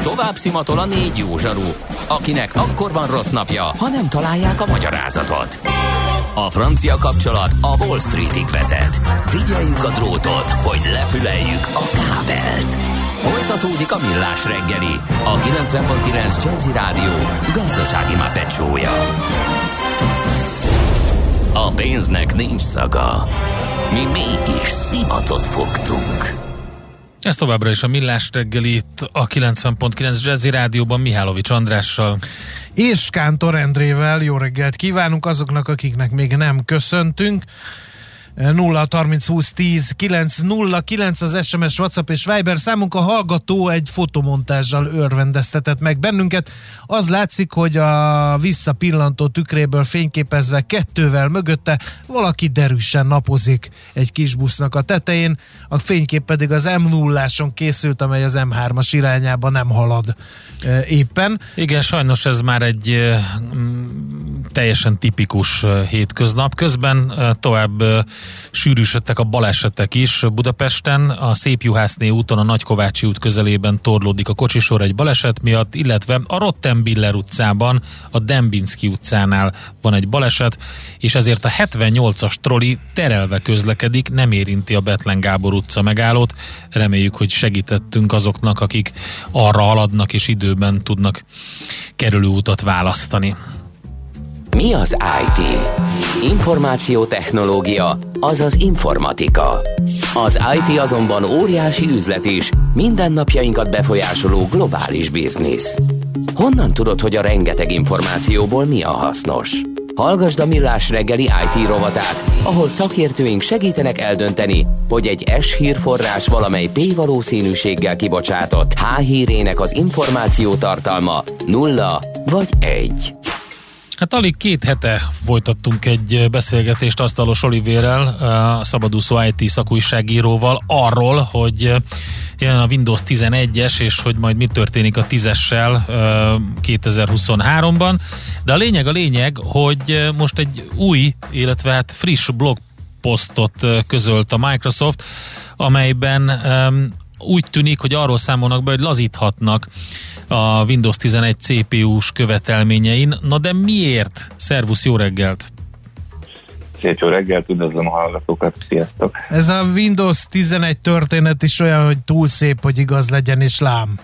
Tovább szimatol a 4 jó zsaru, akinek akkor van rossz napja, ha nem találják a magyarázatot. A francia kapcsolat a Wall Streetig vezet. Figyeljük a drótot, hogy lefüleljük a kábelt. Folytatódik a Millás reggeli, a 90.9 Jazzy Rádió gazdasági mápecsója. A pénznek nincs szaga. Mi mégis szimatot fogtunk. Ez továbbra is a Millás reggeli itt a 90.9 Jazzy Rádióban Mihálovics Andrással és Kántor Endrével. Jó reggelt kívánunk azoknak, akiknek még nem köszöntünk. 0-30-20-10-9-0-9 az SMS, WhatsApp és Viber számunk. A hallgató egy fotomontázsal örvendeztetett meg bennünket. Az látszik, hogy a visszapillantó tükréből fényképezve 2-vel mögötte valaki derűsen napozik egy kis busznak a tetején. A fénykép pedig az M0-áson készült, amely az M3-as irányába nem halad éppen. Igen, sajnos ez már egy teljesen tipikus hétköznap. Közben tovább sűrűsödtek a balesetek is Budapesten. A Szépjuhászné úton a Nagykovácsi út közelében torlódik a kocsisor egy baleset miatt, illetve a Rottenbiller utcában, a Dembinski utcánál van egy baleset, és ezért a 78-as troli terelve közlekedik, nem érinti a Bethlen Gábor utca megállót. Reméljük, hogy segítettünk azoknak, akik arra haladnak és időben tudnak kerülőutat választani. Mi az IT? Információtechnológia, azaz informatika. Az IT azonban óriási üzlet is, mindennapjainkat befolyásoló globális biznisz. Honnan tudod, hogy a rengeteg információból mi a hasznos? Hallgasd a Millás reggeli IT rovatát, ahol szakértőink segítenek eldönteni, hogy egy S hírforrás valamely P valószínűséggel kibocsátott H hírének az információ tartalma 0 vagy 1. Hát alig 2 hete folytattunk egy beszélgetést Asztalos Olivérrel, a szabadúszó IT szakújságíróval arról, hogy jön a Windows 11-es, és hogy majd mi történik a 10-essel 2023-ban. De a lényeg, hogy most egy új, illetve hát friss blogposztot közölt a Microsoft, amelyben úgy tűnik, hogy arról számolnak be, hogy lazíthatnak a Windows 11 CPU-s követelményein. Na de miért? Szervusz, jó reggelt! Szép jó reggelt, üdvözlöm a hallgatókat, sziasztok! Ez a Windows 11 történet is olyan, hogy túl szép, hogy igaz legyen, és lám.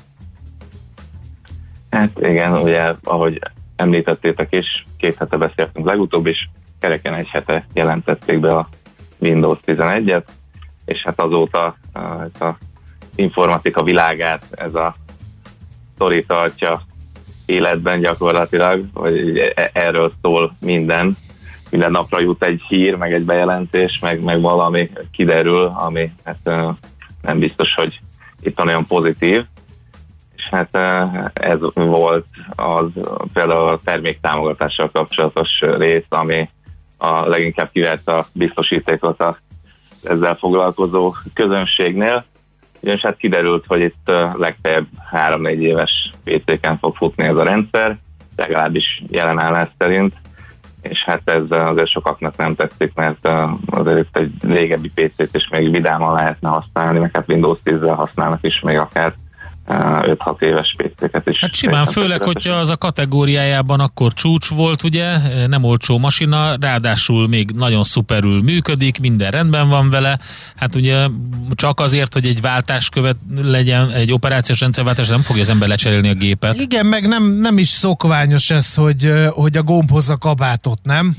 Hát igen, ugye, ahogy említettétek is, 2 hete beszéltünk legutóbb is, kereken 1 hete jelentették be a Windows 11-et, és hát azóta ez a informatika világát, ez a sztori tartja életben gyakorlatilag, hogy erről szól minden napra jut egy hír, meg egy bejelentés, meg valami kiderül, ami hát nem biztos, hogy itt olyan pozitív, és hát ez volt az például a terméktámogatással kapcsolatos rész, ami a leginkább kivett a biztosítékot a ezzel foglalkozó közönségnél. Ugyanis hát kiderült, hogy itt legfeljebb 3-4 éves PC-ken fog futni ez a rendszer, legalábbis jelen állás szerint, és hát ez azért sokaknak nem tetszik, mert azért egy régebbi PC-t is még vidáman lehetne használni, meg hát Windows 10-zel használnak is még akár 5-6 éves PC-ket is. Hát simán, főleg, hogyha az a kategóriájában akkor csúcs volt, ugye, nem olcsó masina, ráadásul még nagyon szuperül működik, minden rendben van vele, hát ugye csak azért, hogy egy váltás legyen, egy operációs rendszerváltás, nem fogja az ember lecserélni a gépet. Igen, meg nem is szokványos ez, hogy a gombhoz a kabátot, nem?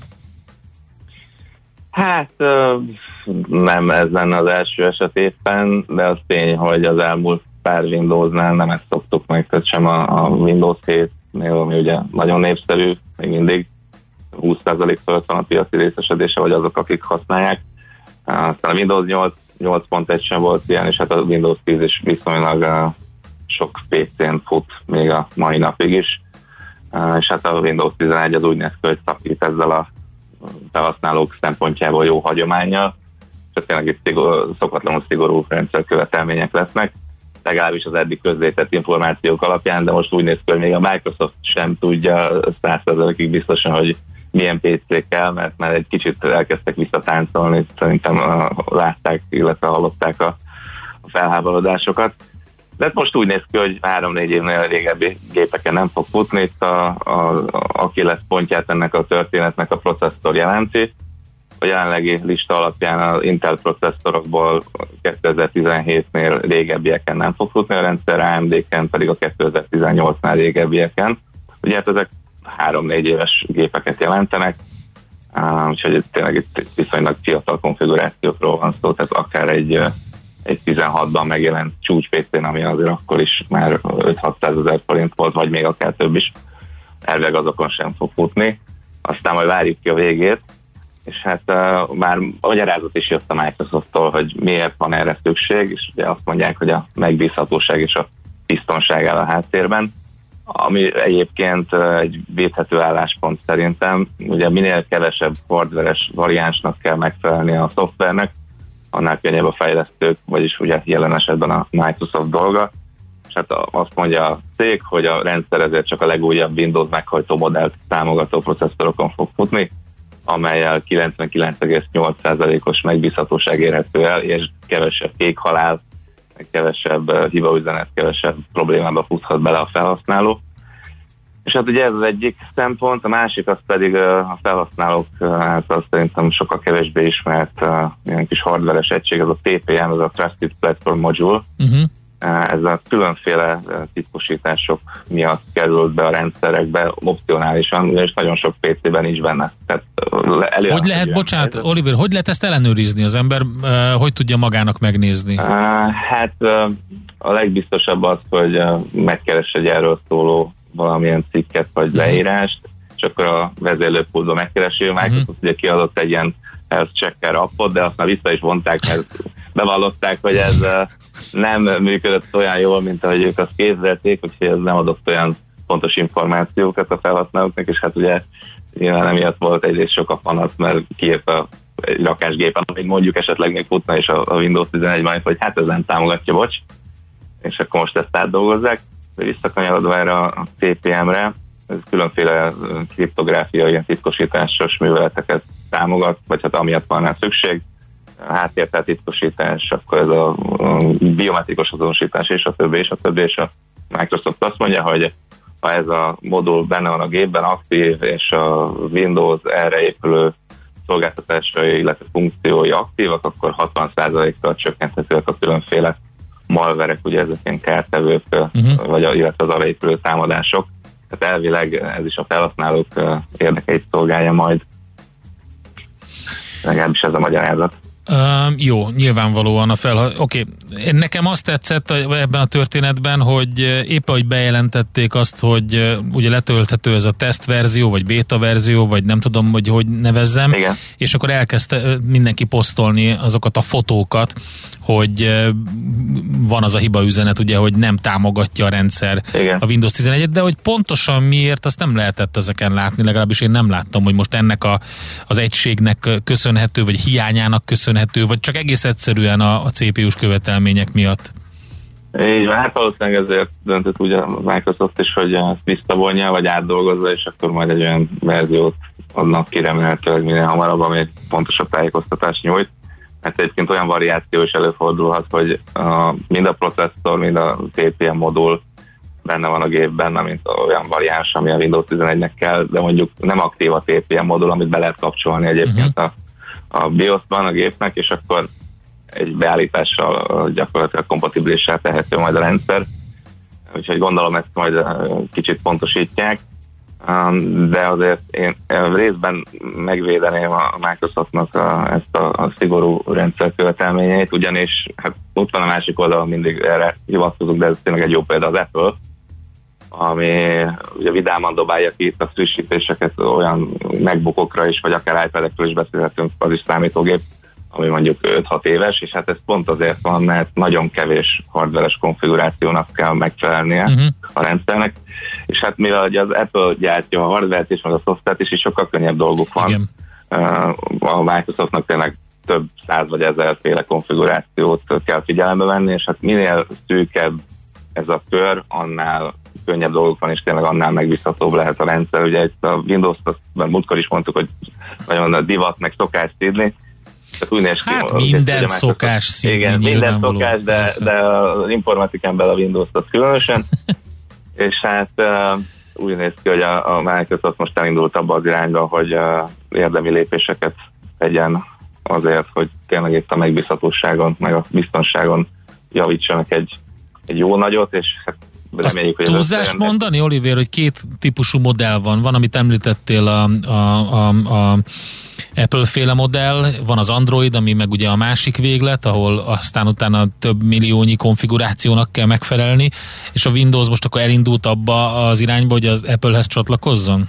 Hát nem ez lenne az első eset éppen, de az tény, hogy az elmúlt pár Windowsnál nem ezt szoktuk meg, tehát sem a Windows 7-nél, ami ugye nagyon népszerű, még mindig 20% fölött van a piaci részesedése, vagy azok, akik használják. Aztán a Windows 8.1 sem volt ilyen, és hát a Windows 10 is viszonylag sok PC-n fut még a mai napig is. És hát a Windows 11 az úgy néz ki, hogy szakít ezzel a felhasználók szempontjából jó hagyománnyal, csak tényleg itt szokatlanul szigorú rendszerkövetelmények lesznek, legalábbis az eddig közzétett információk alapján, de most úgy néz ki, hogy még a Microsoft sem tudja 100%-ig biztosan, hogy milyen PC kell, mert már egy kicsit elkezdtek visszatáncolni, szerintem látták, illetve hallották a felháborodásokat. De most úgy néz ki, hogy 3-4 évnél régebbi gépeken nem fog futni. Itt aki lesz pontját ennek a történetnek a processzor jelenti. A jelenlegi lista alapján az Intel processzorokból 2017-nél régebbieken nem fog futni a rendszer, AMD-ken pedig a 2018-nál régebbieken. Ugye hát ezek 3-4 éves gépeket jelentenek, úgyhogy tényleg itt viszonylag fiatal konfigurációkról van szó, tehát akár egy 16-ban megjelent csúcs PC-n, ami azért akkor is már 5-600 ezer forint volt, vagy még akár több is, elvileg azokon sem fog futni. Aztán majd várjuk ki a végét, és hát már magyarázat is jött a Microsofttól, hogy miért van erre szükség, és ugye azt mondják, hogy a megbízhatóság és a biztonság áll a háttérben, ami egyébként egy védhető álláspont szerintem. Ugye minél kevesebb hardveres variánsnak kell megfelelni a szoftvernek, annál könnyebb a fejlesztők, vagyis ugye jelen esetben a Microsoft dolga. És hát azt mondja a cég, hogy a rendszer ezért csak a legújabb Windows meghajtó modellt támogató processzorokon fog futni, amellyel 99,8%-os megbízhatóság érhető el, és kevesebb kékhalál, kevesebb hibaüzenet, kevesebb problémába futhat bele a felhasználó. És hát ugye ez az egyik szempont, a másik az pedig a felhasználók által szerintem sokkal kevésbé ismert ilyen kis hardveres egység, az a TPM, az a Trusted Platform Module. Ez a különféle titkosítások miatt került be a rendszerekbe opcionálisan, ugyanis nagyon sok PC-ben nincs benne. Tehát hogy lehet, bocsánat, Oliver, hogy lehet ezt ellenőrizni? Az ember hogy tudja magának megnézni? Hát a legbiztosabb az, hogy megkeres egy erről szóló valamilyen cikket vagy leírást, és akkor a vezérlőpultban megkeresi. Microsoft ugye kiadott egy ilyen health checker appot, de azt már vissza is vonták, mert bevallották, hogy ez nem működött olyan jól, mint ahogy ők azt képzelték, úgyhogy ez nem adott olyan pontos információkat a felhasználóknak, és hát ugye nyilván emiatt volt egyrészt sok a panasz, mert kiírta egy lakásgépen, amit mondjuk esetleg még futna, és a Windows 11 majd, hogy hát ez nem támogatja, bocs, és akkor most ezt átdolgozzák. De visszakanyarodva erre a CPM-re, ez különféle kriptográfiai, ilyen titkosításos műveleteket támogat, vagy hát amiatt van rá szükség. Háttértel titkosítás, akkor ez a biometrikus azonosítás, és a többi, és a többi, és a Microsoft azt mondja, hogy ha ez a modul benne van a gépben aktív, és a Windows erre épülő szolgáltatásai, illetve funkciói aktívak, akkor 60%-kal csökkenthetőek a különféle malverek, ugye ezek ilyen kártevők, vagy illetve az arra épülő támadások. Tehát elvileg ez is a felhasználók érdekeit szolgálja majd. Legalábbis ez a magyarázat. Jó, nyilvánvalóan Oké. Nekem azt tetszett ebben a történetben, hogy épp ahogy bejelentették azt, hogy ugye letölthető ez a tesztverzió, vagy beta verzió, vagy nem tudom, hogy nevezzem, igen. És akkor elkezdte mindenki posztolni azokat a fotókat, hogy van az a hibaüzenet, ugye, hogy nem támogatja a rendszer, igen, a Windows 11-et, de hogy pontosan miért, azt nem lehetett ezeken látni, legalábbis én nem láttam, hogy most ennek az egységnek köszönhető, vagy hiányának köszönhető, vagy csak egész egyszerűen a CPU-s követelmények miatt. Így van, hát valószínűleg ezért döntött úgy a Microsoft is, hogy ezt visszavonja, vagy átdolgozza, és akkor majd egy olyan verziót adnak ki remélhetőleg minél hamarabb, ami pontosabb tájékoztatást nyújt. Mert egyébként olyan variáció is előfordulhat, hogy mind a processzor, mind a TPM modul benne van a gépben, mint olyan variáns, ami a Windows 11-nek kell, de mondjuk nem aktív a TPM modul, amit be lehet kapcsolni egyébként a BIOS-ban a gépnek, és akkor egy beállítással gyakorlatilag kompatibilissá tehető majd a rendszer. Úgyhogy gondolom ezt majd kicsit pontosítják, de azért én részben megvédeném a Microsoftnak ezt a szigorú rendszerkövetelményeit, ugyanis hát ott van a másik oldalon, mindig erre hivatkozunk, de ez tényleg egy jó példa az Apple, ami ugye vidáman dobálja ki itt a frissítéseket olyan MacBookokra is, vagy akár iPad-ekről is beszélhetünk, az is számítógép, ami mondjuk 5-6 éves, és hát ez pont azért van, mert nagyon kevés hardveres konfigurációnak kell megfelelnie a rendszernek, és hát mivel az Apple gyártja a hardvert és meg a szoftvert is sokkal könnyebb dolguk van. Igen. A Microsoftnak tényleg több 100 vagy 1000 féle konfigurációt kell figyelembe venni, és hát minél szűkebb ez a kör, annál könnyebb dolgok van, és tényleg annál megbízhatóbb lehet a rendszer. Ugye itt a Windows-t múltkor is mondtuk, hogy nagyon divat, meg szokás szídni, úgy néz ki, hát minden szokás színű. Igen, minden szokás, de az informatikán belül a Windows-t különösen. És hát úgy néz ki, hogy a Microsoft most elindult abba az irányba, hogy érdemi lépéseket tegyen azért, hogy tényleg itt a megbízhatóságon, meg a biztonságon javítsanak egy jó nagyot, és hát reméljük, hogy túlzás mondani, Oliver, hogy két típusú modell van. Van, amit említettél, a Apple-féle modell, van az Android, ami meg ugye a másik véglet, ahol aztán utána több milliónyi konfigurációnak kell megfelelni, és a Windows most akkor elindult abba az irányba, hogy az Apple-hez csatlakozzon?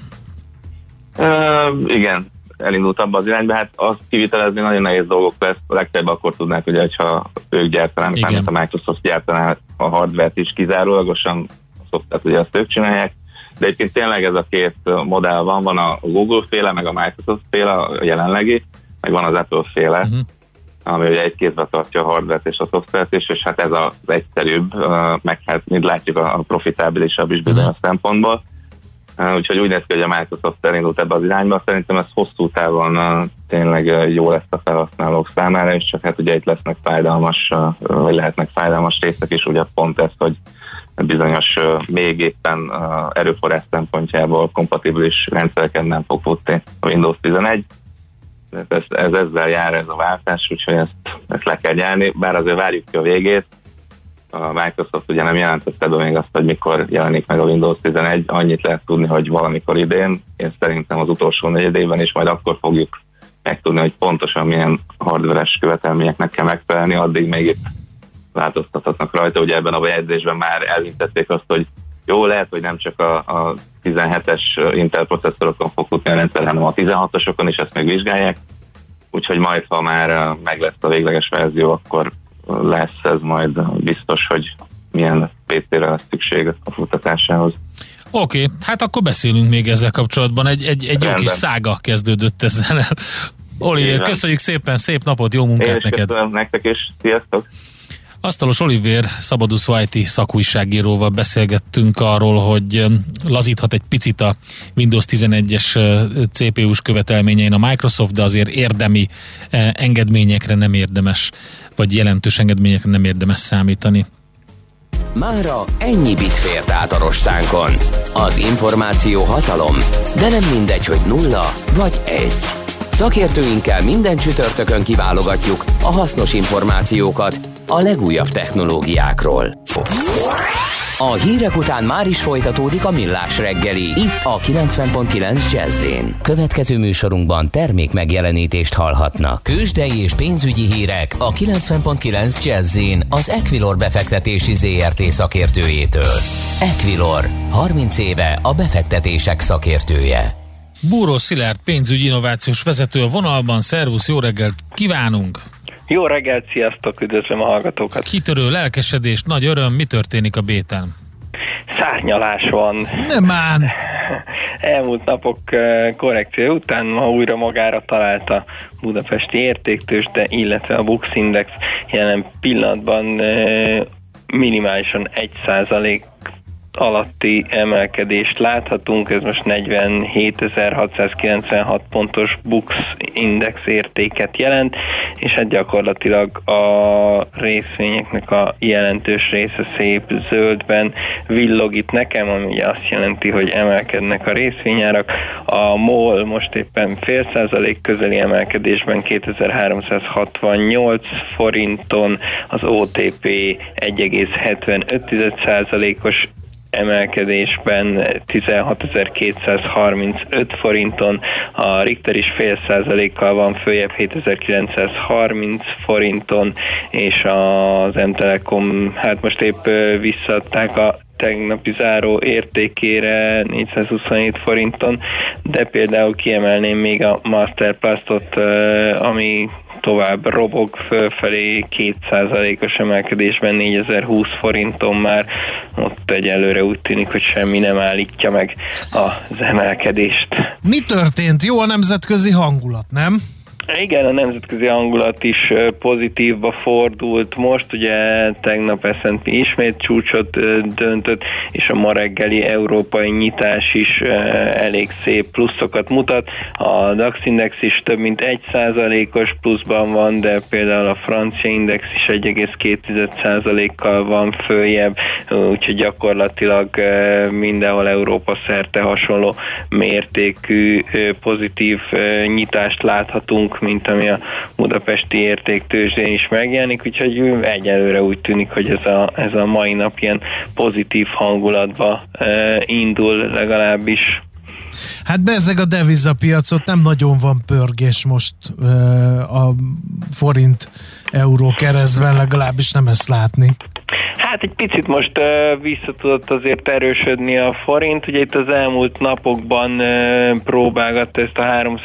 Igen, elindult abba az irányba, hát azt kivitelezni nagyon nehéz dolgok lesz, legfeljebb akkor tudnák, ugye, hogyha ők gyártanák, a Microsoft gyártaná a hardware-t is kizárólagosan, a szoftvert ugye azt ők csinálják, de egyébként tényleg ez a két modell van a Google-féle, meg a Microsoft-féle, a jelenlegi, meg van az Apple-féle, ami ugye egy kézbe tartja a hardware-t és a szoftvert is, és hát ez az egyszerűbb, meg hát mind látjuk a profitábilisabb is bizonyos szempontból. Úgyhogy úgy néz ki, hogy a Microsoft elindult ebbe az irányba, szerintem ez hosszú távon tényleg jó lesz a felhasználók számára, és csak hát ugye itt lesznek fájdalmas, vagy lehetnek fájdalmas részek is, ugye pont ez, hogy bizonyos még éppen erőforrás szempontjából kompatibilis rendszereken nem fog futni a Windows 11. Ez ezzel jár ez a váltás, úgyhogy ezt le kell nyelni, bár azért várjuk ki a végét. A Microsoft ugye nem jelentette be még azt, hogy mikor jelenik meg a Windows 11, annyit lehet tudni, hogy valamikor idén, én szerintem az utolsó negyed évben, és majd akkor fogjuk megtudni, hogy pontosan milyen hardveres követelményeknek kell megfelelni, addig még itt változtathatnak rajta. Ugye ebben a bejegyzésben már elhintették azt, hogy jó, lehet, hogy nem csak a 17-es Intel processzorokon fog futni a rendszer, hanem a 16-osokon is, ezt még vizsgálják. Úgyhogy majd, ha már meg lesz a végleges verzió, akkor lesz ez majd biztos, hogy milyen PC-re lesz szükség a futtatásához. Oké, hát akkor beszélünk még ezzel kapcsolatban. Egy jó kis szága kezdődött ezzel el. Oliver, köszönjük szépen, szép napot, jó munkát neked! Köszönöm nektek is, sziasztok! Asztalos Oliver, szabadúszó IT szakújságíróval beszélgettünk arról, hogy lazíthat egy picit a Windows 11-es CPU-s követelményein a Microsoft, de azért érdemi engedményekre nem érdemes, vagy jelentős engedményekre nem érdemes számítani. Mára ennyi bit fért át a rostánkon. Az információ hatalom, de nem mindegy, hogy 0 vagy 1. Szakértőinkkel minden csütörtökön kiválogatjuk a hasznos információkat a legújabb technológiákról. A hírek után már is folytatódik a Millás reggeli, itt a 90.9 Jazz-én. Következő műsorunkban termék megjelenítést hallhatnak. Tőzsdei és pénzügyi hírek a 90.9 Jazz-én az Equilor befektetési ZRT szakértőjétől. Equilor, 30 éve a befektetések szakértője. Búró Szilárd, pénzügyi innovációs vezető a vonalban. Szervusz, jó reggelt kívánunk! Jó reggelt, sziasztok, üdvözlöm a hallgatókat! Kitörő lelkesedés, nagy öröm, mi történik a bétán? Szárnyalás van. Nem már! Elmúlt napok korrekció után ma újra magára talált a budapesti értéktőzsde, illetve a Bux Index jelen pillanatban minimálisan 1% alatti emelkedést láthatunk, ez most 47.696 pontos Bux Index értéket jelent, és hát gyakorlatilag a részvényeknek a jelentős része szép zöldben villog itt nekem, ami ugye azt jelenti, hogy emelkednek a részvényárak. A MOL most éppen 0,5% közeli emelkedésben 2368 forinton, az OTP 1,75%-os emelkedésben 16.235 forinton, a Richter is 0,5%-kal van följebb 7.930 forinton, és az M-Telekom hát most épp visszaadták a tegnapi záró értékére 427 forinton, de például kiemelném még a Masterplast-ot, ami tovább robog fölfelé 2%-os emelkedésben 4020 forinton már, ott egyelőre úgy tűnik, hogy semmi nem állítja meg az emelkedést. Mi történt? Jó a nemzetközi hangulat, nem? Igen, a nemzetközi hangulat is pozitívba fordult most, ugye tegnap S&P ismét csúcsot döntött, és a ma reggeli európai nyitás is elég szép pluszokat mutat. A DAX index is több mint 1%-os pluszban van, de például a francia index is 1,2%-kal van följebb, úgyhogy gyakorlatilag mindenhol Európa szerte hasonló mértékű pozitív nyitást láthatunk, mint ami a budapesti értéktőzsdén is megjelenik, úgyhogy egyelőre úgy tűnik, hogy ez a mai nap ilyen pozitív hangulatba indul legalábbis. Hát bezzeg a devizapiacot, nem nagyon van pörgés most a forint-euró keresztben, legalábbis nem ezt látni. Hát egy picit most vissza tudott azért erősödni a forint, ugye itt az elmúlt napokban próbálgatta ezt a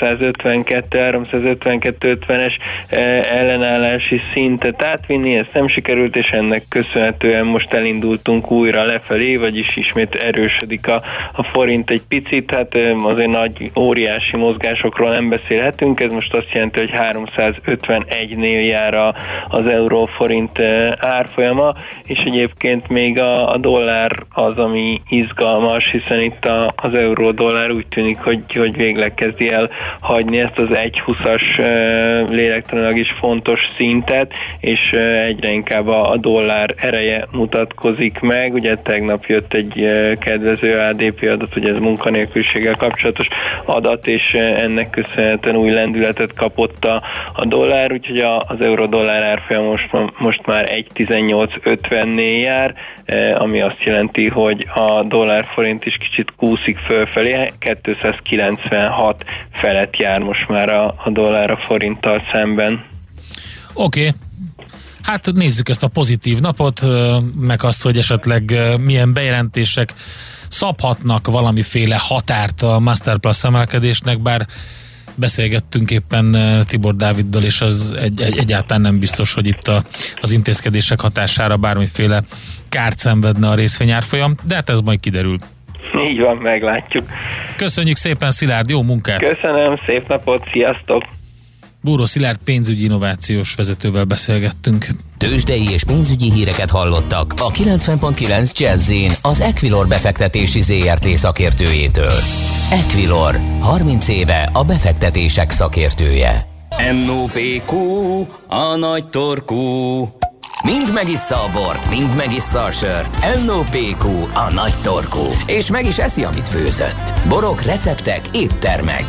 352-50-es ellenállási szintet átvinni, ez nem sikerült, és ennek köszönhetően most elindultunk újra lefelé, vagyis ismét erősödik a forint egy picit, hát azért óriási mozgásokról nem beszélhetünk, ez most azt jelenti, hogy 351-nél jár az euró-forint árfolyama, és egyébként még a dollár az, ami izgalmas, hiszen itt az euró-dollár úgy tűnik, hogy végleg kezdi el hagyni ezt az 1,20-as lélektanilag is fontos szintet, és egyre inkább a dollár ereje mutatkozik meg. Ugye tegnap jött egy kedvező ADP adat, ugye ez munkanélküliséggel kapcsolatos adat, és ennek köszönhetően új lendületet kapott a dollár, úgyhogy az euró-dollár árfolyam most már 1,1850-nél jár, ami azt jelenti, hogy a dollár-forint is kicsit kúszik fölfelé, 296 felett jár most már a dollár a forinttal szemben. Oké. Hát nézzük ezt a pozitív napot, meg azt, hogy esetleg milyen bejelentések szabhatnak valamiféle határt a Masterplus emelkedésnek, bár beszélgettünk éppen Tibor Dáviddal, és az egyáltalán nem biztos, hogy itt az intézkedések hatására bármiféle kárt szenvedne a részvényárfolyam, de hát ez majd kiderül. Így van, meglátjuk. Köszönjük szépen, Szilárd, jó munkát! Köszönöm, szép napot, sziasztok! Búró Szilárd pénzügyi innovációs vezetővel beszélgettünk. Tőzsdei és pénzügyi híreket hallottak a 90.9 Jazz-in az Equilor befektetési ZRT szakértőjétől. Equilor, 30 éve a befektetések szakértője. NOPQ, a nagy torkú. Mind megissza a bort, mind megissza a sört. NOPQ, a nagy torkú. És meg is eszi, amit főzött. Borok, receptek, éttermek.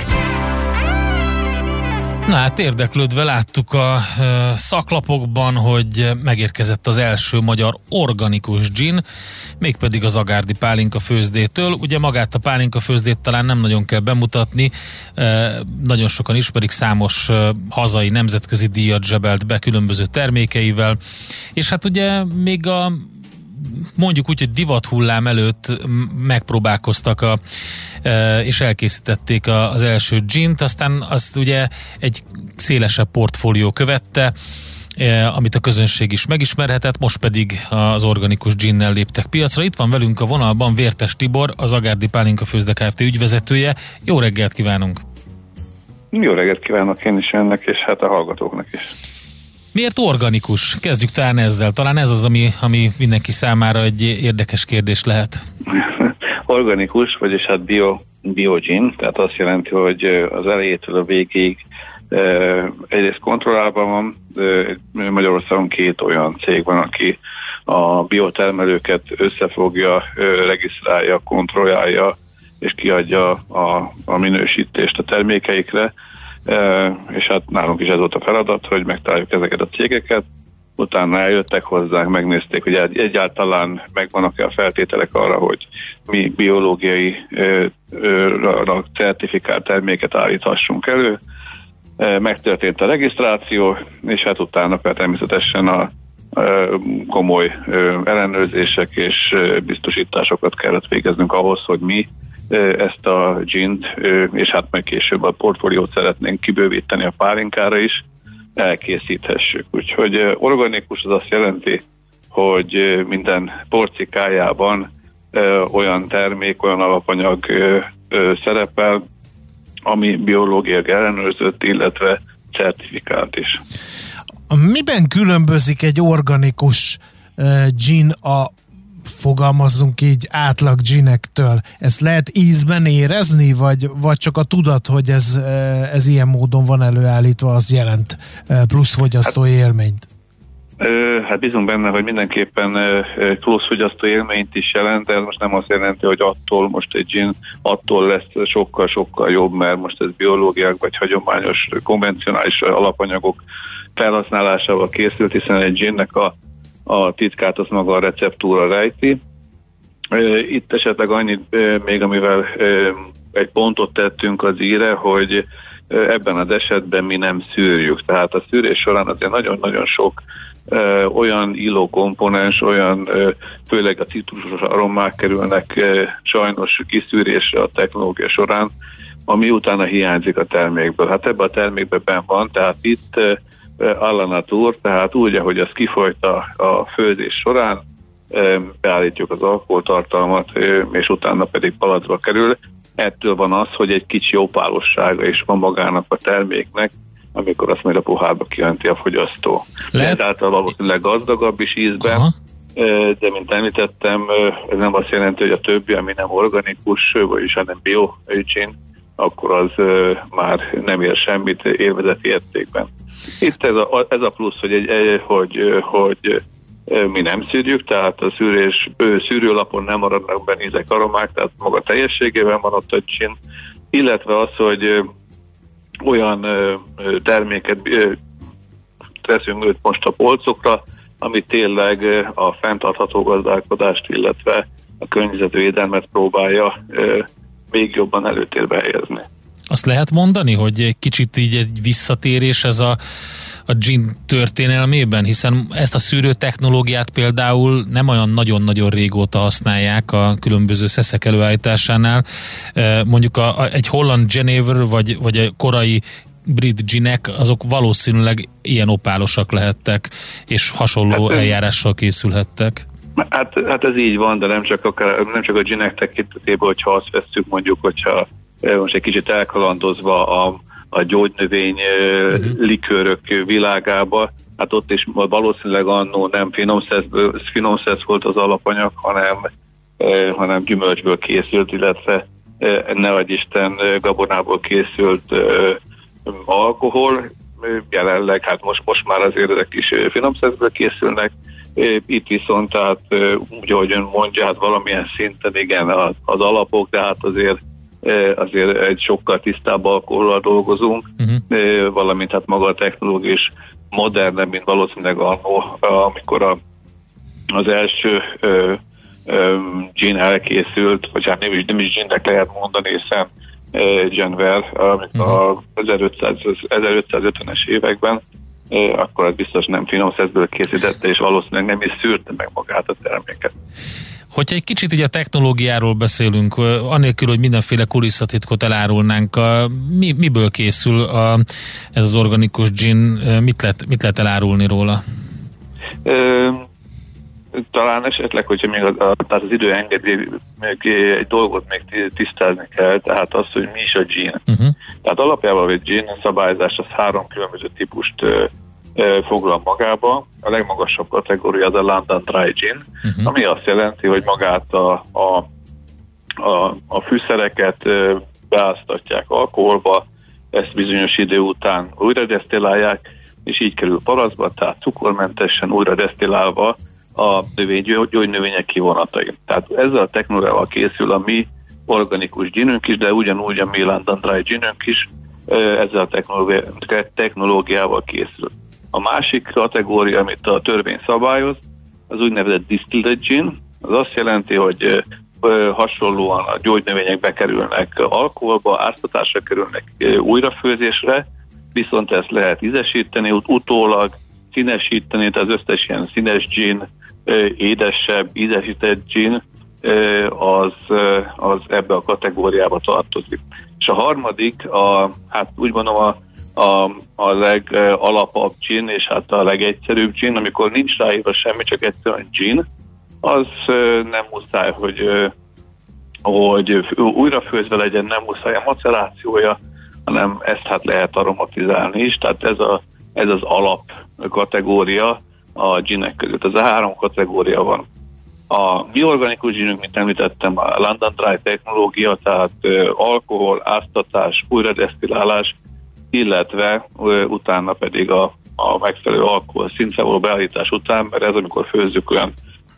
Na hát érdeklődve láttuk a szaklapokban, hogy megérkezett az első magyar organikus gin, mégpedig az Agárdi Pálinka Főzdétől. Ugye magát a pálinka főzdét talán nem nagyon kell bemutatni, nagyon sokan ismerik, számos hazai nemzetközi díjat zsebelt be különböző termékeivel, és hát ugye még mondjuk úgy, hogy divathullám előtt megpróbálkoztak és elkészítették az első gint, aztán azt ugye egy szélesebb portfólió követte, amit a közönség is megismerhetett, most pedig az organikus ginnel léptek piacra. Itt van velünk a vonalban Vértes Tibor, az Agárdi Pálinka Főzde Kft. Ügyvezetője. Jó reggelt kívánunk! Jó reggelt kívánok én is önnek, és hát a hallgatóknak is. Miért organikus? Kezdjük talán ezzel. Talán ez az, ami mindenki számára egy érdekes kérdés lehet. Organikus, vagyis hát bio gin, tehát azt jelenti, hogy az elejétől a végig egyrészt kontrollálban van. Magyarországon 2 olyan cég van, aki a biotermelőket összefogja, regisztrálja, kontrollálja, és kiadja a minősítést a termékeikre. És hát nálunk is ez volt a feladat, hogy megtaláljuk ezeket a cégeket, utána eljöttek hozzánk, megnézték, hogy egyáltalán megvannak-e a feltételek arra, hogy mi biológiai certifikált terméket állíthassunk elő. Megtörtént a regisztráció, és hát utána természetesen a komoly ellenőrzések és biztosításokat kellett végeznünk ahhoz, hogy mi ezt a gint, és hát meg később a portfóliót szeretnénk kibővíteni a pálinkára is, elkészíthessük. Úgyhogy organikus az azt jelenti, hogy minden porcikájában olyan termék, olyan alapanyag szerepel, ami biológiai ellenőrzött, illetve certifikált is. Miben különbözik egy organikus gin a, fogalmazzunk így, átlag ginektől? Ezt lehet ízben érezni, vagy csak a tudat, hogy ez ilyen módon van előállítva, az jelent plusz fogyasztói élményt? Hát bízunk benne, hogy mindenképpen plusz fogyasztói élményt is jelent, de ez most nem azt jelenti, hogy attól most egy gin attól lesz sokkal-sokkal jobb, mert most ez biológiák vagy hagyományos, konvencionális alapanyagok felhasználásával készült, hiszen egy ginnek a titkát az maga a receptúra rejti. Itt esetleg annyit még, amivel egy pontot tettünk az íre, hogy ebben az esetben mi nem szűrjük. Tehát a szűrés során azért nagyon-nagyon sok olyan illó komponens, olyan főleg a citrusos aromák kerülnek sajnos kiszűrésre a technológia során, ami utána hiányzik a termékből. Hát ebben a termékben benn van, tehát itt à la nature, tehát úgy, ahogy az kifolyt a főzés során, beállítjuk az alkoholtartalmat, és utána pedig palacba kerül. Ettől van az, hogy egy kicsi opálossága is van magának a terméknek, amikor azt majd a pohárba kiönti a fogyasztó. Ezáltal valószínűleg gazdagabb is ízben, aha, de mint említettem, ez nem azt jelenti, hogy a többi, ami nem organikus, vagyis nem bio-gin, akkor az már nem ér semmit élvezeti értékben. Itt ez a plusz, hogy mi nem szűrjük, tehát a szűrőlapon nem maradnak benne ízek, aromák, tehát maga teljességében van ott a gin, illetve az, hogy olyan terméket teszünk most a polcokra, ami tényleg a fenntartható gazdálkodást, illetve a környezetvédelmet próbálja még jobban előtérbe helyezni. Azt lehet mondani, hogy egy kicsit így egy visszatérés ez a gin történelmében, hiszen ezt a szűrő technológiát például nem olyan nagyon-nagyon régóta használják a különböző szeszek előállításánál. Mondjuk egy holland Genever vagy a korai brit ginek, azok valószínűleg ilyen opálosak lehettek, és hasonló eljárással készülhettek. Hát ez így van, de nem csak a ginek tekintetében, hogyha azt vesszük, mondjuk, hogyha most egy kicsit elkalandozva a gyógynövény likőrök világába, hát ott is valószínűleg annó nem finomszesz volt az alapanyag, hanem gyümölcsből készült, illetve ne adj Isten gabonából készült alkohol. Jelenleg, hát most már azért ezek is finomszeszből készülnek, itt viszont, tehát úgy, ahogy ön mondja, hát valamilyen szinten igen az alapok, de hát azért egy sokkal tisztább alkohollal dolgozunk, valamint hát maga a technológia is modernebb, mint valószínűleg amikor az első gin elkészült, vagy hát nem is ginnek lehet mondani, hiszen Genver, amikor az 1550-es években, akkor az biztos nem finomszeszből készítette, és valószínűleg nem is szűrte meg magát a terméket. Hogyha egy kicsit így a technológiáról beszélünk, anélkül, hogy mindenféle kulisszatitkot elárulnánk, miből készül ez az organikus gin, mit lehet elárulni róla? Talán esetleg, hogyha még tehát az idő engedi, egy dolgot még tisztázni kell, tehát az, hogy mi is a gin. Tehát alapjában egy gin szabályzás az 3 különböző típust foglal magába. A legmagasabb kategória az a London Dry Gin, ami azt jelenti, hogy magát a fűszereket beáztatják alkoholba, ezt bizonyos idő után újra desztillálják, és így kerül palacba, tehát cukormentesen újra desztillálva a gyógynövények kivonatai. Tehát ezzel a technológiával készül a mi organikus ginünk is, de ugyanúgy a mi London Dry Ginünk is ezzel a technológiával készül. A másik kategória, amit a törvény szabályoz, az úgynevezett distilled gin. Az azt jelenti, hogy hasonlóan a gyógynövények bekerülnek alkoholba, áztatásra kerülnek újrafőzésre, viszont ezt lehet ízesíteni, utólag színesíteni, tehát az összes ilyen színes gin, édesebb, ízesített gin, az ebbe a kategóriába tartozik. És a harmadik, hát úgy mondom a legalapabb gin, és hát a legegyszerűbb gin, amikor nincs ráírva semmi, csak egyszerűen gin, az nem muszáj, hogy újrafőzve legyen, nem muszáj a macerációja, hanem ezt hát lehet aromatizálni is, tehát ez az alap kategória a ginek között. Ez a 3 kategória van. A mi organikus ginünk, mint említettem, a London Dry technológia, tehát alkohol, áztatás, újradesztillálás, illetve utána pedig a megfelelő alkohol szintre való beállítás után, mert ez amikor főzzük olyan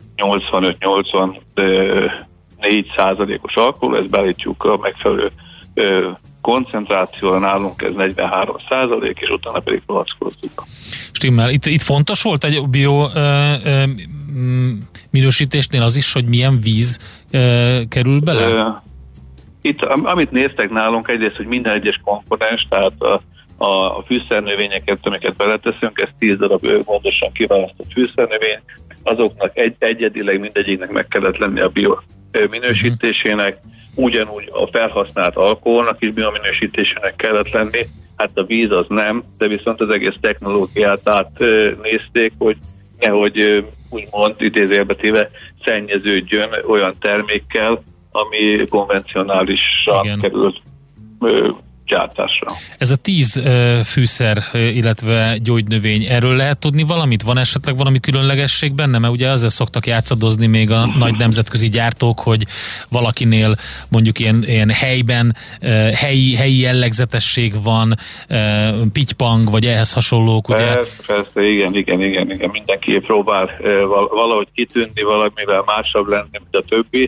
85-84%-os alkohol, ezt beállítjuk a megfelelő koncentrációra, nálunk ez 43%, és utána pedig palackozzuk. Stimmel. Itt fontos volt egy bio minősítésnél az is, hogy milyen víz kerül bele? Itt, amit néztek nálunk, egyrészt, hogy minden egyes komponens, tehát a fűszernövényeket, amiket beleteszünk, ez 10 darab gondosan kiválasztott fűszernövény, azoknak egyedileg mindegyiknek meg kellett lenni a bio minősítésének, ugyanúgy a felhasznált alkoholnak is biominősítésének kellett lenni, hát a víz az nem, de viszont az egész technológiát átnézték, hogy nehogy úgymond idézőjelbetéve szennyeződjön olyan termékkel, ami konvencionálisan került gyártásra. Ez a 10 fűszer, illetve gyógynövény, erről lehet tudni valamit? Van esetleg valami különlegesség benne? Mert ugye ezzel szoktak játszadozni még a nagy nemzetközi gyártók, hogy valakinél mondjuk ilyen helyben helyi jellegzetesség van, pittypang, vagy ehhez hasonlók, ugye? Persze, igen. Mindenki próbál valahogy kitűnni, valamivel másabb lenni, mint a többi.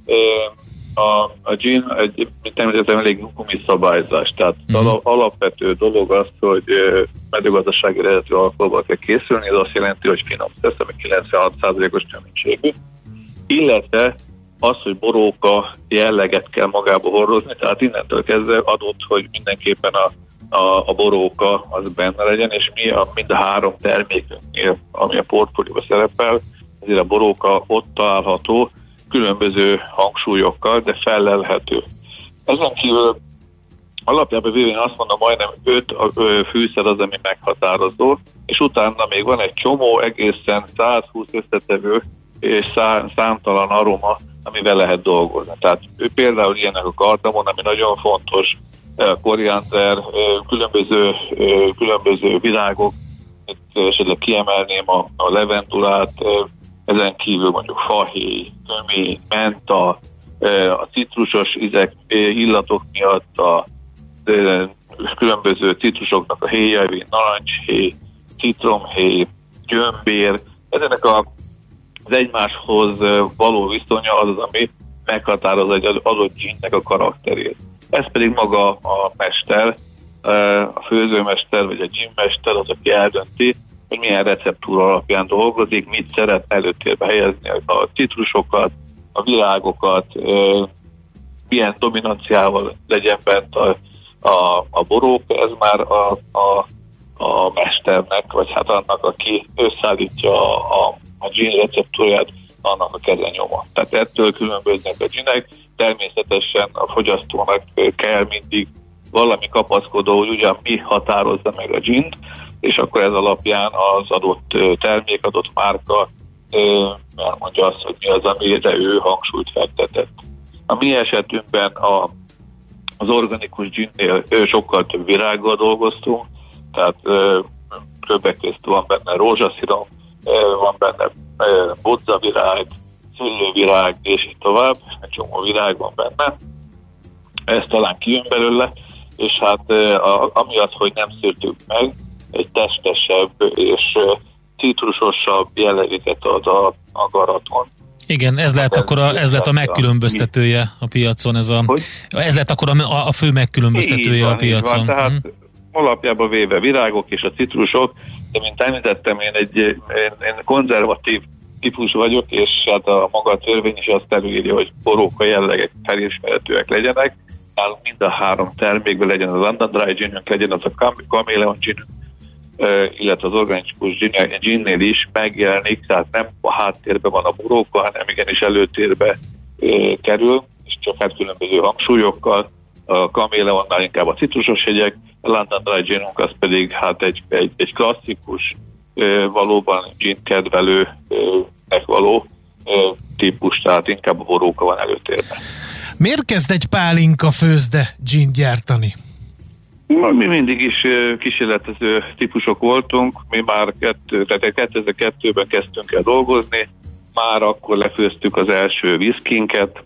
A gin, mint említettem, elég gumiszabályzás, tehát alapvető dolog az, hogy mezőgazdasági eredetű alkoholból kell készülni, ez azt jelenti, hogy finom tesz, ami 96%-os töménységű, illetve az, hogy boróka jelleget kell magába hordozni, tehát innentől kezdve adott, hogy mindenképpen a boróka az benne legyen, és mind a 3 termékünknél, ami a portfólióban szerepel, ezért a boróka ott található, különböző hangsúlyokkal, de fellelhető. Ezen kívül alapjában véve azt mondom, majdnem 5 fűszer az, ami meghatározó, és utána még van egy csomó egészen 120 összetevő és számtalan aroma, amivel lehet dolgozni. Tehát például ilyenek a kardamon, ami nagyon fontos, koriander, különböző virágok, itt esetleg kiemelném a levendulát, ezen kívül mondjuk fahéj, tömény, menta, a citrusos illatok miatt a különböző citrusoknak a héjai, narancshéj, citromhéj, gyömbér. Ezenek az egymáshoz való viszonya az, ami meghatározza egy adott ginnek a karakterét. Ez pedig maga a mester, a főzőmester vagy a ginmester az, aki eldönti, hogy milyen receptúra alapján dolgozik, mit szeretne előtérbe helyezni a citrusokat, a virágokat, milyen dominanciával legyen bent a borók, ez már a mesternek, vagy hát annak, aki összeállítja a gin receptúrát, annak a kezenyoma. Tehát ettől különböznek a ginek, természetesen a fogyasztónak kell mindig valami kapaszkodó, hogy ugyan mi határozza meg a gint, és akkor ez alapján az adott termék, adott márka elmondja azt, hogy mi az, amire ő hangsúlyt fektetett. A mi esetünkben az organikus ginnél sokkal több virággal dolgoztunk, tehát többek között van benne rózsaszirom, van benne bodzavirág, szőlővirág, és így tovább, egy csomó virág van benne. Ez talán kijön belőle, és hát amiatt, hogy nem szűrtük meg, egy testesebb és citrusosabb jellegeket ad a garaton. Igen, ez lehet akkor a megkülönböztetője a piacon. Ez lehet akkor a fő megkülönböztetője a piacon. Így van, tehát alapjában véve virágok és a citrusok, de mint említettem, én konzervatív típus vagyok, és hát a maga a törvény is azt előírja, hogy boróka jellegek felismerhetőek legyenek. Nálunk mind a 3 termékben legyen a London Dry ginünk, legyen az a Chameleon ginünk, illetve az organikus ginnél is megjelenik, tehát nem a háttérben van a boróka, hanem igenis előtérbe kerül, és csak hát különböző hangsúlyokkal. A Chameleonnál inkább a citrusos hegyek, a London Dry ginünk az pedig hát egy klasszikus, valóban gin kedvelőnek való típus, tehát inkább a boróka van előtérben. Miért kezd egy pálinka főzde gin gyártani? Mi mindig is kísérletező típusok voltunk, mi már 2002-ben kezdtünk el dolgozni, már akkor lefőztük az első viszkinket,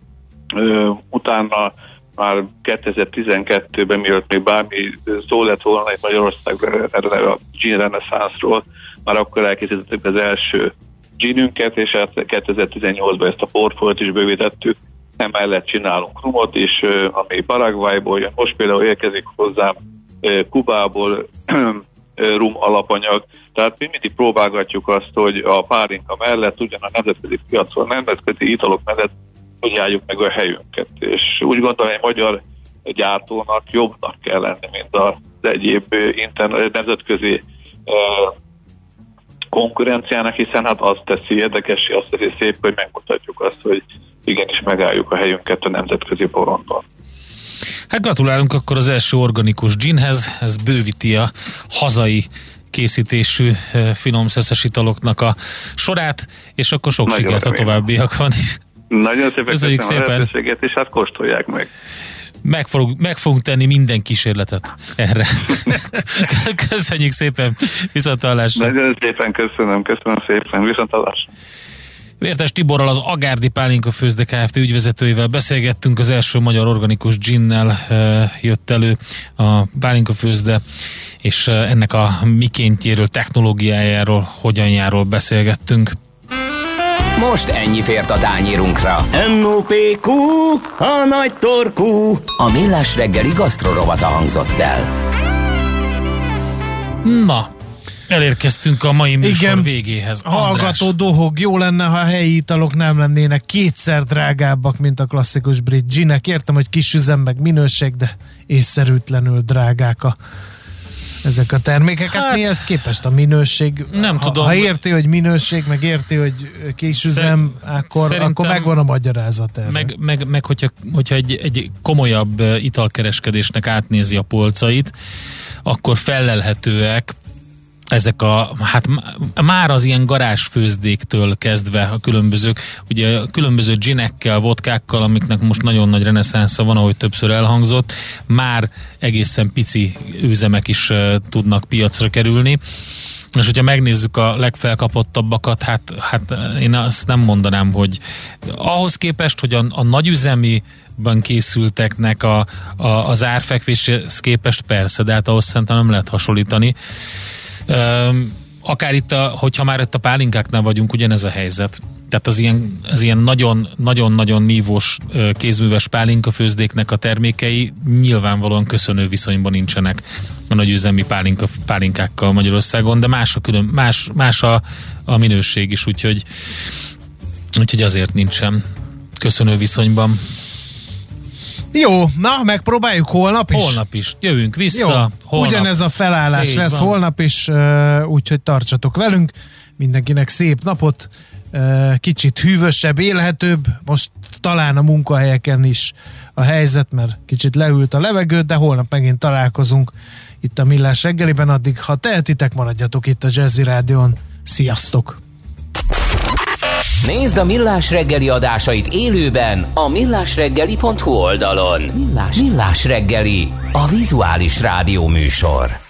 utána már 2012-ben, mielőtt még bármi szó lett volna itt Magyarországban a gin reneszánszról, már akkor elkészítettük az első ginünket, és 2018-ban ezt a portfóliót is bővítettük. Emellett csinálunk rumot is, ami Paraguayból jön. Most például érkezik hozzám Kubából rum alapanyag. Tehát mi mindig próbálgatjuk azt, hogy a pálinka mellett, ugyan a nemzetközi piacon, nemzetközi italok mellett, hogy álljuk meg a helyünket. És úgy gondolom, hogy magyar gyártónak jobbnak kell lenni, mint az egyéb nemzetközi konkurenciának, hiszen hát azt teszi érdekessé, azt teszi szép, hogy megmutatjuk azt, hogy igenis megálljuk a helyünket a nemzetközi porondon. Hát gratulálunk akkor az első organikus ginhez, ez bővíti a hazai készítésű finom szeszes italoknak a sorát, és akkor sok nagyon sikert remélem. A továbbiakban is. Nagyon szépen Köszönjük köszönöm a szépen. lehetőséget, és hát kóstolják meg. Meg fogunk tenni minden kísérletet erre. Köszönjük szépen, viszonthallásra. Nagyon szépen köszönöm szépen, viszonthallásra. Vértes Tiborral, az Agárdi Pálinka Főzde Kft. Ügyvezetőivel beszélgettünk, az első magyar organikus ginnel jött elő a Pálinka Főzde, és ennek a mikéntjéről, technológiájáról, hogyanjáról beszélgettünk. Most ennyi fért a tányérunkra. NOPQ, a nagy torkú. A Millás reggeli gasztrorovata hangzott el. Na, elérkeztünk a mai műsor végéhez. Hallgató dohog, jó lenne, ha a helyi italok nem lennének kétszer drágábbak, mint a klasszikus brit ginek. Értem, hogy kis üzem meg minőség, de észszerűtlenül drágák ezek a termékek. Hát mihez képest a minőség? Nem tudom. Ha érti, hogy minőség, meg érti, hogy kis üzem, akkor megvan a magyarázat erre. Meg hogyha egy komolyabb italkereskedésnek átnézi a polcait, akkor fellelhetőek ezek hát már az ilyen garázsfőzdéktől kezdve a különbözők, ugye a különböző ginekkel, vodkákkal, amiknek most nagyon nagy reneszánsza van, ahogy többször elhangzott, már egészen pici üzemek is tudnak piacra kerülni. És hogyha megnézzük a legfelkapottabbakat, hát én azt nem mondanám, hogy ahhoz képest, hogy a nagyüzemiben készülteknek az árfekvéshez képest persze, de hát ahhoz szerintem nem lehet hasonlítani. Akár itt, hogyha már itt a pálinkáknál vagyunk, ugyanez a helyzet. Tehát az ilyen nagyon-nagyon nívós kézműves pálinkafőzdéknek a termékei nyilvánvalóan köszönő viszonyban nincsenek a nagyüzemi pálinkákkal Magyarországon, de más a minőség is, úgyhogy azért nincsen köszönő viszonyban. Jó, na, megpróbáljuk holnap is? Holnap is. Jövünk vissza. Jó, ugyanez a felállás Így lesz van. holnap is, úgyhogy tartsatok velünk. Mindenkinek szép napot, kicsit hűvösebb, élhetőbb. Most talán a munkahelyeken is a helyzet, mert kicsit leült a levegő, de holnap megint találkozunk itt a Millás reggeliben. Addig, ha tehetitek, maradjatok itt a Jazzy Rádión. Sziasztok! Nézd a Millás reggeli adásait élőben a millásreggeli.hu oldalon. Millás reggeli, a vizuális rádió műsor.